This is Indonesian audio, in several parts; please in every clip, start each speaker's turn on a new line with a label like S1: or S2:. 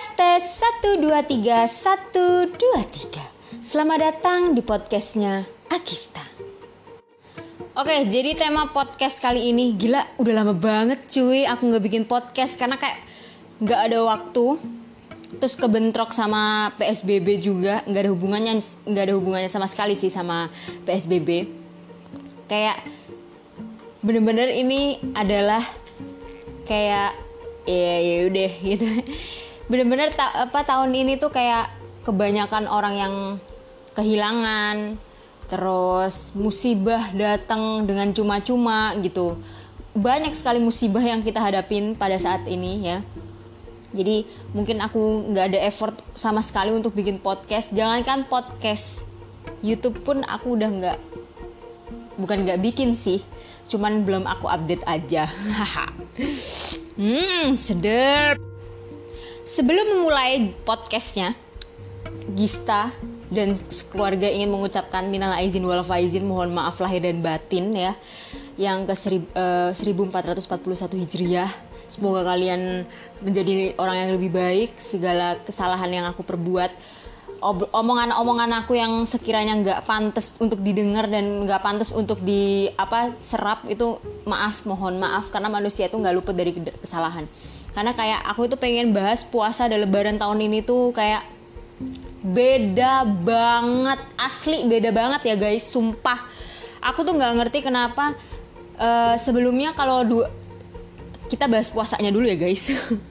S1: Tes 1 2 3 1 2 3. Selamat datang di podcastnya Agista. Oke, jadi tema podcast kali ini, gila udah lama banget cuy aku gak bikin podcast karena kayak gak ada waktu. Terus kebentrok sama PSBB juga, gak ada hubungannya sama sekali sih sama PSBB. Kayak bener-bener ini adalah kayak ya udah gitu. Bener-bener tahun ini tuh kayak kebanyakan orang yang kehilangan, terus musibah datang dengan cuma-cuma gitu. Banyak sekali musibah yang kita hadapin pada saat ini ya. Jadi mungkin aku nggak ada effort sama sekali untuk bikin podcast. Jangankan podcast, YouTube pun aku udah bukan nggak bikin sih, cuman belum aku update aja. Sedap. Sebelum memulai podcastnya, Gista dan keluarga ingin mengucapkan minal aizin wal faizin, mohon maaf lahir dan batin ya, yang ke 1441 Hijriah. Semoga kalian menjadi orang yang lebih baik. Segala kesalahan yang aku perbuat, omongan-omongan aku yang sekiranya nggak pantas untuk didengar dan nggak pantas untuk serap itu, mohon maaf, karena manusia itu nggak luput dari kesalahan. Karena kayak aku itu pengen bahas puasa dan lebaran tahun ini tuh kayak beda banget, asli beda banget ya guys, sumpah. Aku tuh nggak ngerti kenapa sebelumnya kalau kita bahas puasanya dulu ya guys.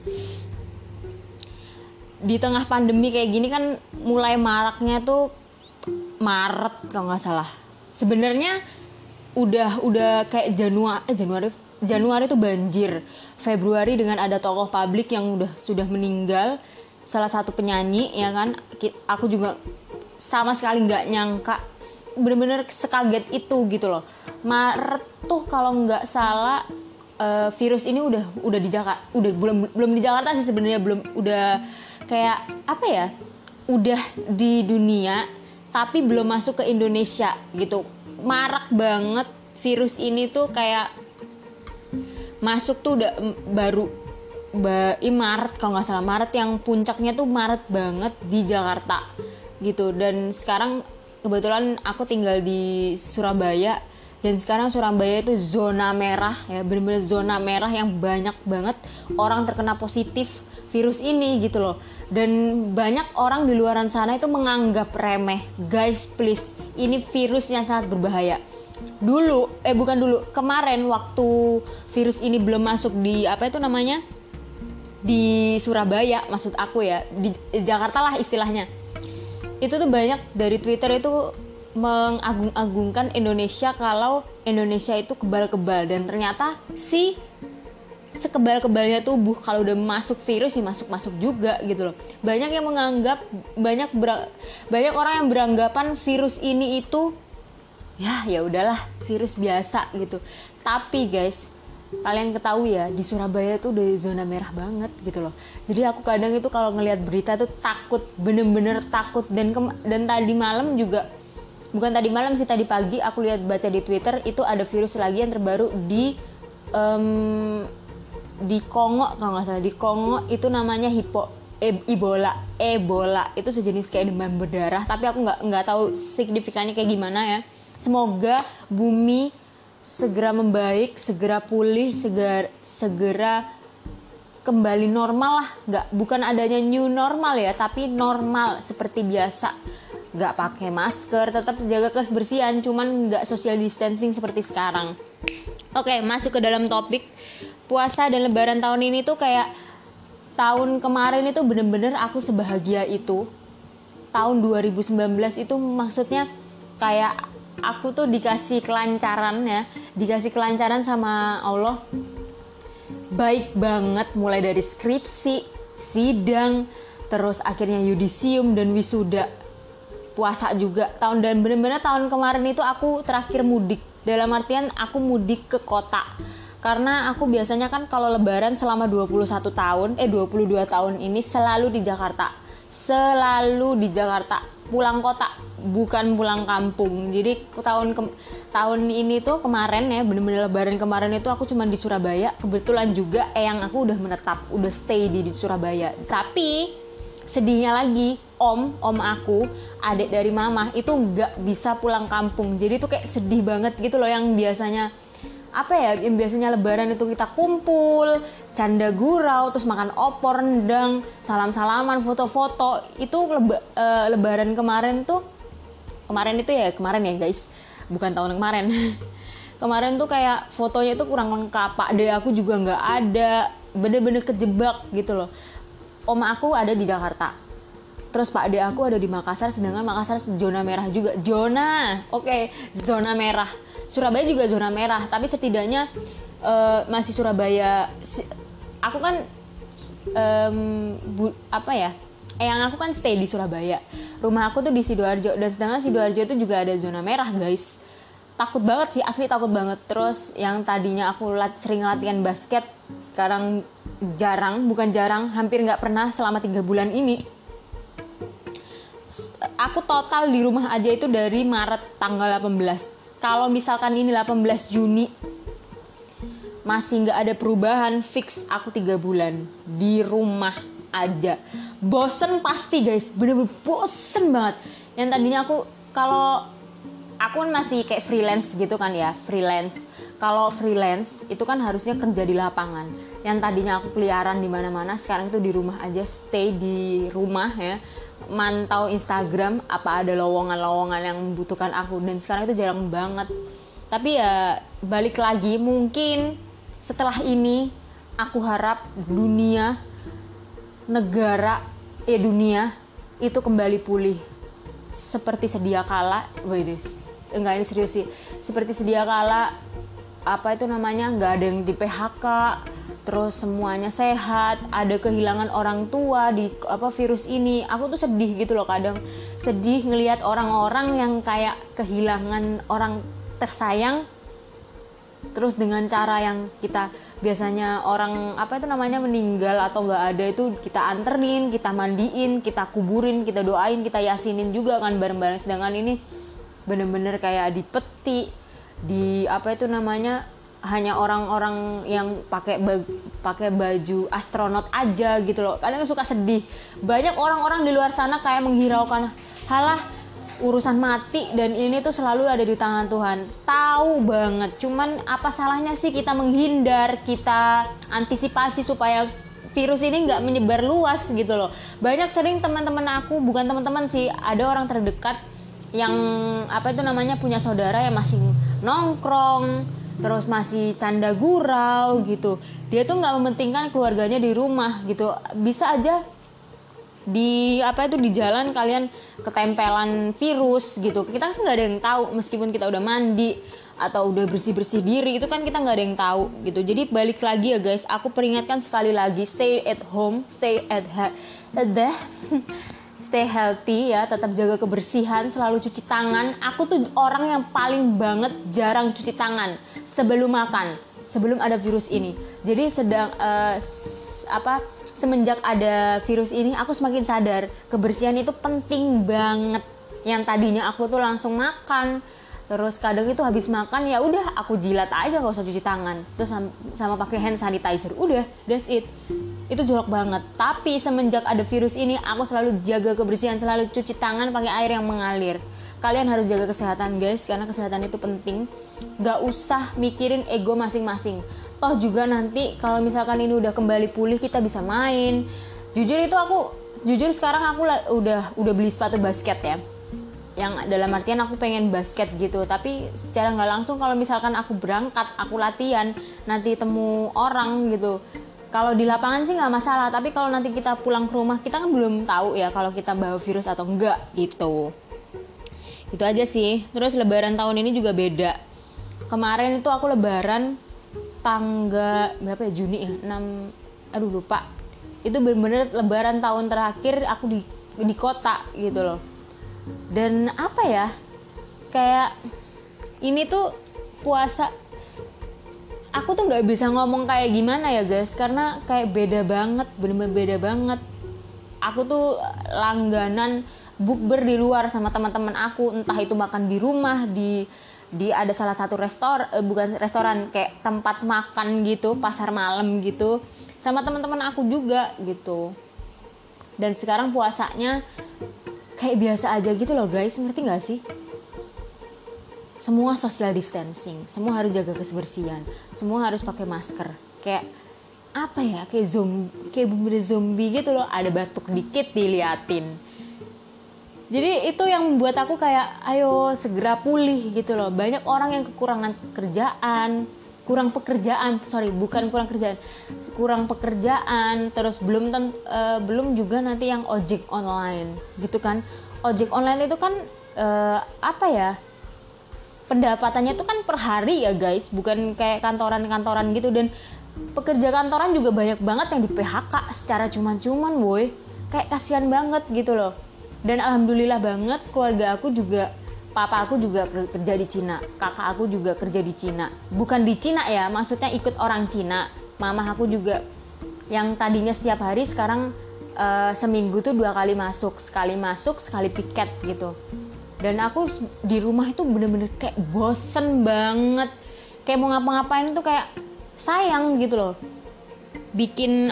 S1: Di tengah pandemi kayak gini kan mulai maraknya tuh Maret kalau nggak salah. Sebenarnya udah kayak Januari tuh banjir. Februari dengan ada tokoh publik yang sudah meninggal, salah satu penyanyi ya kan. Aku juga sama sekali nggak nyangka, bener-bener sekaget itu gitu loh. Maret tuh kalau nggak salah virus ini udah di Jakarta, belum di Jakarta sih sebenarnya, udah kayak udah di dunia tapi belum masuk ke Indonesia gitu. Marak banget virus ini tuh, kayak masuk tuh udah Maret kalau nggak salah, Maret yang puncaknya tuh Maret banget di Jakarta gitu. Dan sekarang kebetulan aku tinggal di Surabaya, dan sekarang Surabaya itu zona merah ya, benar-benar zona merah yang banyak banget orang terkena positif virus ini gitu loh. Dan banyak orang di luaran sana itu menganggap remeh. Guys, please, ini virus yang sangat berbahaya. Kemarin waktu virus ini belum masuk di di Surabaya, maksud aku ya, di Jakarta lah istilahnya. Itu tuh banyak dari Twitter itu mengagung-agungkan Indonesia, kalau Indonesia itu kebal-kebal, dan ternyata sekebal-kebalnya tubuh kalau udah masuk virus sih masuk juga gitu loh. Banyak yang menganggap, banyak orang yang beranggapan virus ini itu ya udahlah, virus biasa gitu. Tapi guys, kalian ketahui ya, di Surabaya tuh udah zona merah banget gitu loh. Jadi aku kadang itu kalau ngelihat berita tuh takut, bener-bener takut. Dan tadi malam juga, bukan tadi malam sih, tadi pagi aku baca di Twitter itu ada virus lagi yang terbaru di Kongo kalau nggak salah. Di Kongo itu namanya Ebola. Itu sejenis kayak demam berdarah, tapi aku nggak tahu signifikannya kayak gimana ya. Semoga bumi segera membaik, segera pulih, segera kembali normal lah. Bukan adanya new normal ya, tapi normal seperti biasa. Gak pakai masker, tetap jaga kebersihan, cuman gak social distancing seperti sekarang. Oke, masuk ke dalam topik. Puasa dan lebaran tahun ini tuh kayak tahun kemarin itu bener-bener aku sebahagia itu. Tahun 2019 itu maksudnya kayak aku tuh dikasih kelancaran sama Allah. Baik banget, mulai dari skripsi, sidang, terus akhirnya yudisium dan wisuda. Puasa juga dan bener-bener tahun kemarin itu aku terakhir mudik. Dalam artian aku mudik ke kota. Karena aku biasanya kan kalau lebaran selama 22 tahun ini selalu di Jakarta. Pulang kota, bukan pulang kampung. Jadi tahun ini tuh kemarin ya, bener-bener lebaran kemarin itu aku cuma di Surabaya. Kebetulan juga eyang aku udah menetap, udah stay di Surabaya. Tapi sedihnya lagi, om aku, adik dari mama itu nggak bisa pulang kampung. Jadi tuh kayak sedih banget gitu loh, yang biasanya yang biasanya lebaran itu kita kumpul, canda gurau, terus makan opor, rendang, salam-salaman, foto-foto. Itu lebaran kemarin ya guys, bukan tahun kemarin. Kemarin tuh kayak fotonya tuh kurang lengkap, Pak De aku juga nggak ada, bener-bener kejebak gitu loh. Oma aku ada di Jakarta, terus Pak De aku ada di Makassar, sedangkan Makassar zona merah juga. Zona merah. Surabaya juga zona merah, tapi setidaknya masih Surabaya. Aku kan yang aku kan stay di Surabaya. Rumah aku tuh di Sidoarjo, dan sedangkan Sidoarjo itu juga ada zona merah, guys. Takut banget sih, asli takut banget. Terus yang tadinya aku sering latihan basket, sekarang hampir nggak pernah selama 3 bulan ini. Aku total di rumah aja itu dari Maret tanggal 18. Kalau misalkan ini 18 Juni masih nggak ada perubahan, fix aku 3 bulan di rumah aja. Bosen pasti guys, bener-bener bosen banget. Yang tadinya kalau aku kan masih kayak freelance gitu kan ya, Kalau freelance itu kan harusnya kerja di lapangan. Yang tadinya aku keliaran di mana-mana, sekarang itu di rumah aja, stay di rumah ya. Mantau Instagram apa ada lowongan-lowongan yang membutuhkan aku, dan sekarang itu jarang banget. Tapi ya balik lagi, mungkin setelah ini aku harap dunia itu kembali pulih seperti sedia kala. Enggak, ini serius sih. Seperti sedia kala, nggak ada yang di PHK, terus semuanya sehat, ada kehilangan orang tua di virus ini. Aku tuh sedih gitu loh, kadang sedih ngelihat orang-orang yang kayak kehilangan orang tersayang, terus dengan cara yang kita biasanya orang meninggal atau nggak ada itu kita anterin, kita mandiin, kita kuburin, kita doain, kita yasinin juga kan bareng-bareng. Sedangkan ini bener-bener kayak dipeti, hanya orang-orang yang pakai baju astronot aja gitu loh. Kadang suka sedih. Banyak orang-orang di luar sana kayak menghiraukan, halah urusan mati dan ini tuh selalu ada di tangan Tuhan. Tahu banget, cuman apa salahnya sih kita menghindar, kita antisipasi supaya virus ini nggak menyebar luas gitu loh. Banyak sering teman-teman aku, bukan teman-teman sih, ada orang terdekat yang punya saudara yang masih nongkrong, terus masih canda gurau gitu. Dia tuh nggak mementingkan keluarganya di rumah gitu. Bisa aja di jalan kalian ketempelan virus gitu. Kita kan nggak ada yang tahu, meskipun kita udah mandi atau udah bersih diri, itu kan kita nggak ada yang tahu gitu. Jadi balik lagi ya guys, aku peringatkan sekali lagi, stay at home, stay healthy ya, tetap jaga kebersihan, selalu cuci tangan. Aku tuh orang yang paling banget jarang cuci tangan sebelum makan, sebelum ada virus ini. Jadi semenjak ada virus ini, aku semakin sadar kebersihan itu penting banget. Yang tadinya aku tuh langsung makan, terus kadang itu habis makan ya udah aku jilat aja, gak usah cuci tangan, terus sama pakai hand sanitizer, udah, that's it. Itu jorok banget. Tapi semenjak ada virus ini, aku selalu jaga kebersihan, selalu cuci tangan pakai air yang mengalir. Kalian harus jaga kesehatan guys, karena kesehatan itu penting. Gak usah mikirin ego masing-masing. Toh juga nanti kalau misalkan ini udah kembali pulih, kita bisa main. Jujur sekarang aku udah beli sepatu basket ya, yang dalam artian aku pengen basket gitu. Tapi secara gak langsung kalau misalkan aku berangkat, aku latihan, nanti temu orang gitu, kalau di lapangan sih nggak masalah. Tapi kalau nanti kita pulang ke rumah, kita kan belum tahu ya kalau kita bawa virus atau enggak gitu. Itu aja sih. Terus lebaran tahun ini juga beda. Kemarin itu aku lebaran tanggal berapa ya, Juni ya, 6, lupa. Itu bener-bener lebaran tahun terakhir aku di kota gitu loh. Dan kayak ini tuh puasa, aku tuh nggak bisa ngomong kayak gimana ya guys, karena kayak beda banget, bener-bener beda banget. Aku tuh langganan bukber di luar sama teman-teman aku, entah itu makan di rumah, di ada salah satu bukan restoran, kayak tempat makan gitu, pasar malam gitu, sama teman-teman aku juga gitu. Dan sekarang puasanya kayak biasa aja gitu loh guys, ngerti gak sih? Semua social distancing, semua harus jaga kebersihan, semua harus pakai masker. Kayak apa ya, kayak bener zombie gitu loh. Ada batuk dikit diliatin. Jadi itu yang membuat aku kayak ayo segera pulih gitu loh. Banyak orang yang kekurangan kerjaan, kurang pekerjaan, terus belum juga nanti yang ojek online gitu kan. Ojek online itu kan pendapatannya itu kan per hari ya guys, bukan kayak kantoran gitu. Dan pekerja kantoran juga banyak banget yang di PHK secara cuman-cuman boy, kayak kasihan banget gitu loh. Dan alhamdulillah banget keluarga aku juga, papa aku juga kerja di Cina, kakak aku juga kerja di Cina, bukan di Cina ya, maksudnya ikut orang Cina. Mama aku juga yang tadinya setiap hari sekarang seminggu tuh 2 kali masuk, sekali piket gitu. Dan aku di rumah itu bener-bener kayak bosen banget, kayak mau ngapa-ngapain tuh kayak sayang gitu loh. Bikin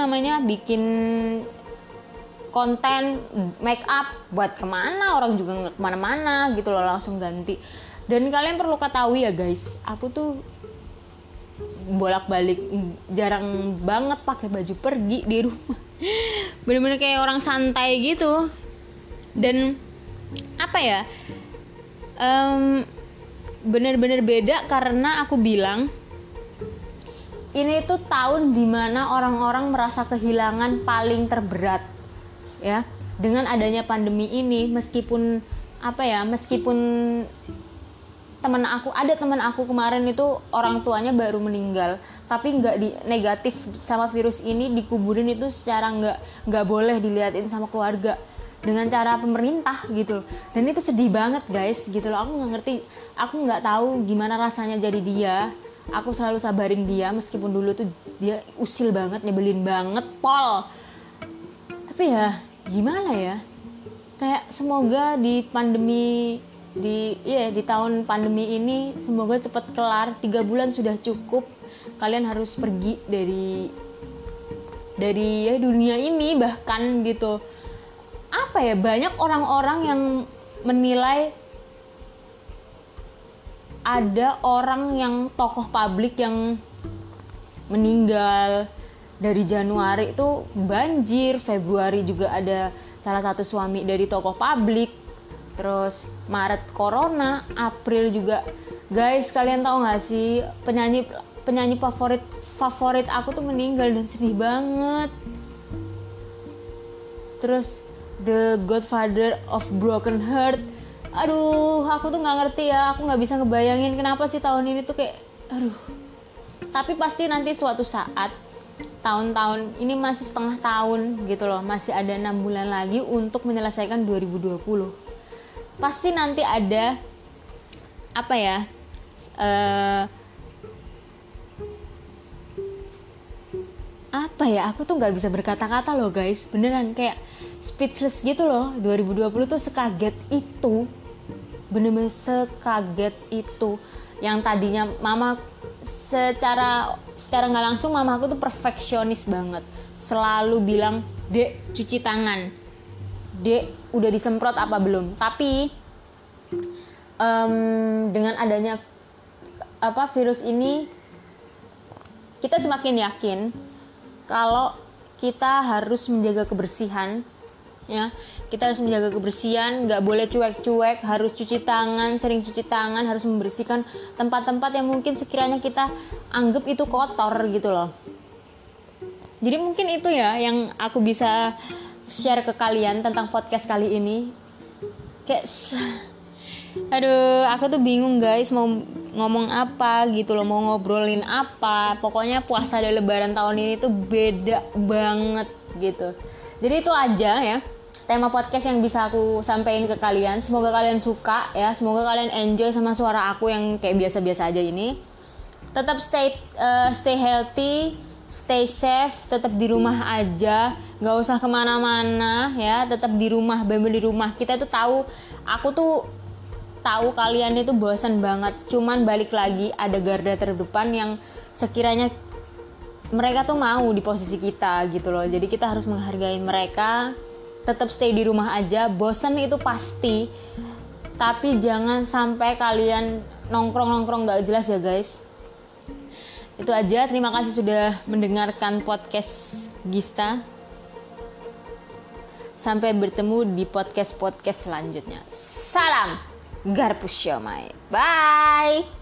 S1: konten make up buat kemana, orang juga nggak kemana-mana gitu loh, langsung ganti. Dan kalian perlu ketahui ya guys, aku tuh bolak-balik jarang banget pakai baju pergi di rumah. Bener-bener kayak orang santai gitu. Dan bener-bener beda karena aku bilang ini tuh tahun dimana orang-orang merasa kehilangan paling terberat ya. Dengan adanya pandemi ini, meskipun teman aku kemarin itu orang tuanya baru meninggal, tapi nggak negatif sama virus ini, dikuburin itu secara nggak boleh diliatin sama keluarga dengan cara pemerintah gitu. Dan itu sedih banget guys gitu loh. Aku nggak ngerti, aku nggak tahu gimana rasanya jadi dia. Aku selalu sabarin dia meskipun dulu tuh dia usil banget, nyebelin banget, pol. Tapi ya gimana ya, kayak semoga di tahun pandemi ini semoga cepat kelar. 3 bulan sudah cukup. Kalian harus pergi dari dunia ini bahkan gitu. Banyak orang-orang yang menilai ada orang yang tokoh publik yang meninggal. Dari Januari itu banjir, Februari juga ada salah satu suami dari tokoh publik, terus Maret corona, April juga. Guys, kalian tahu nggak sih penyanyi favorit aku tuh meninggal dan sedih banget. Terus The Godfather of Broken Heart, aduh aku tuh nggak ngerti ya, aku nggak bisa ngebayangin kenapa sih tahun ini tuh kayak aduh. Tapi pasti nanti suatu saat, tahun-tahun ini masih setengah tahun gitu loh, masih ada 6 bulan lagi untuk menyelesaikan 2020. Pasti nanti ada aku tuh nggak bisa berkata-kata loh guys, beneran kayak speechless gitu loh. 2020 tuh sekaget itu, bener-bener sekaget itu. Yang tadinya mama secara nggak langsung, mama aku tuh perfeksionis banget, selalu bilang, "Dek, cuci tangan. Dek, udah disemprot apa belum?" Tapi dengan adanya virus ini, kita semakin yakin kalau kita harus menjaga kebersihan ya. Kita harus menjaga kebersihan, nggak boleh cuek-cuek, harus cuci tangan, sering cuci tangan, harus membersihkan tempat-tempat yang mungkin sekiranya kita anggap itu kotor gitu loh. Jadi mungkin itu ya yang aku bisa share ke kalian tentang podcast kali ini. Kayak aduh, aku tuh bingung guys mau ngomong apa gitu loh, mau ngobrolin apa. Pokoknya puasa dan lebaran tahun ini tuh beda banget gitu. Jadi itu aja ya tema podcast yang bisa aku sampaikan ke kalian. Semoga kalian suka ya, semoga kalian enjoy sama suara aku yang kayak biasa-biasa aja ini. Tetap stay healthy, stay safe, tetap di rumah aja, nggak usah kemana-mana ya, tetap di rumah, bener-bener di rumah. Aku tuh tahu kalian itu bosan banget, cuman balik lagi ada garda terdepan yang sekiranya mereka tuh mau di posisi kita gitu loh. Jadi kita harus menghargai mereka. Tetap stay di rumah aja. Bosen itu pasti, tapi jangan sampai kalian nongkrong gak jelas ya guys. Itu aja, terima kasih sudah mendengarkan podcast Gista. Sampai bertemu di podcast selanjutnya. Salam Garpu Siomay. Bye.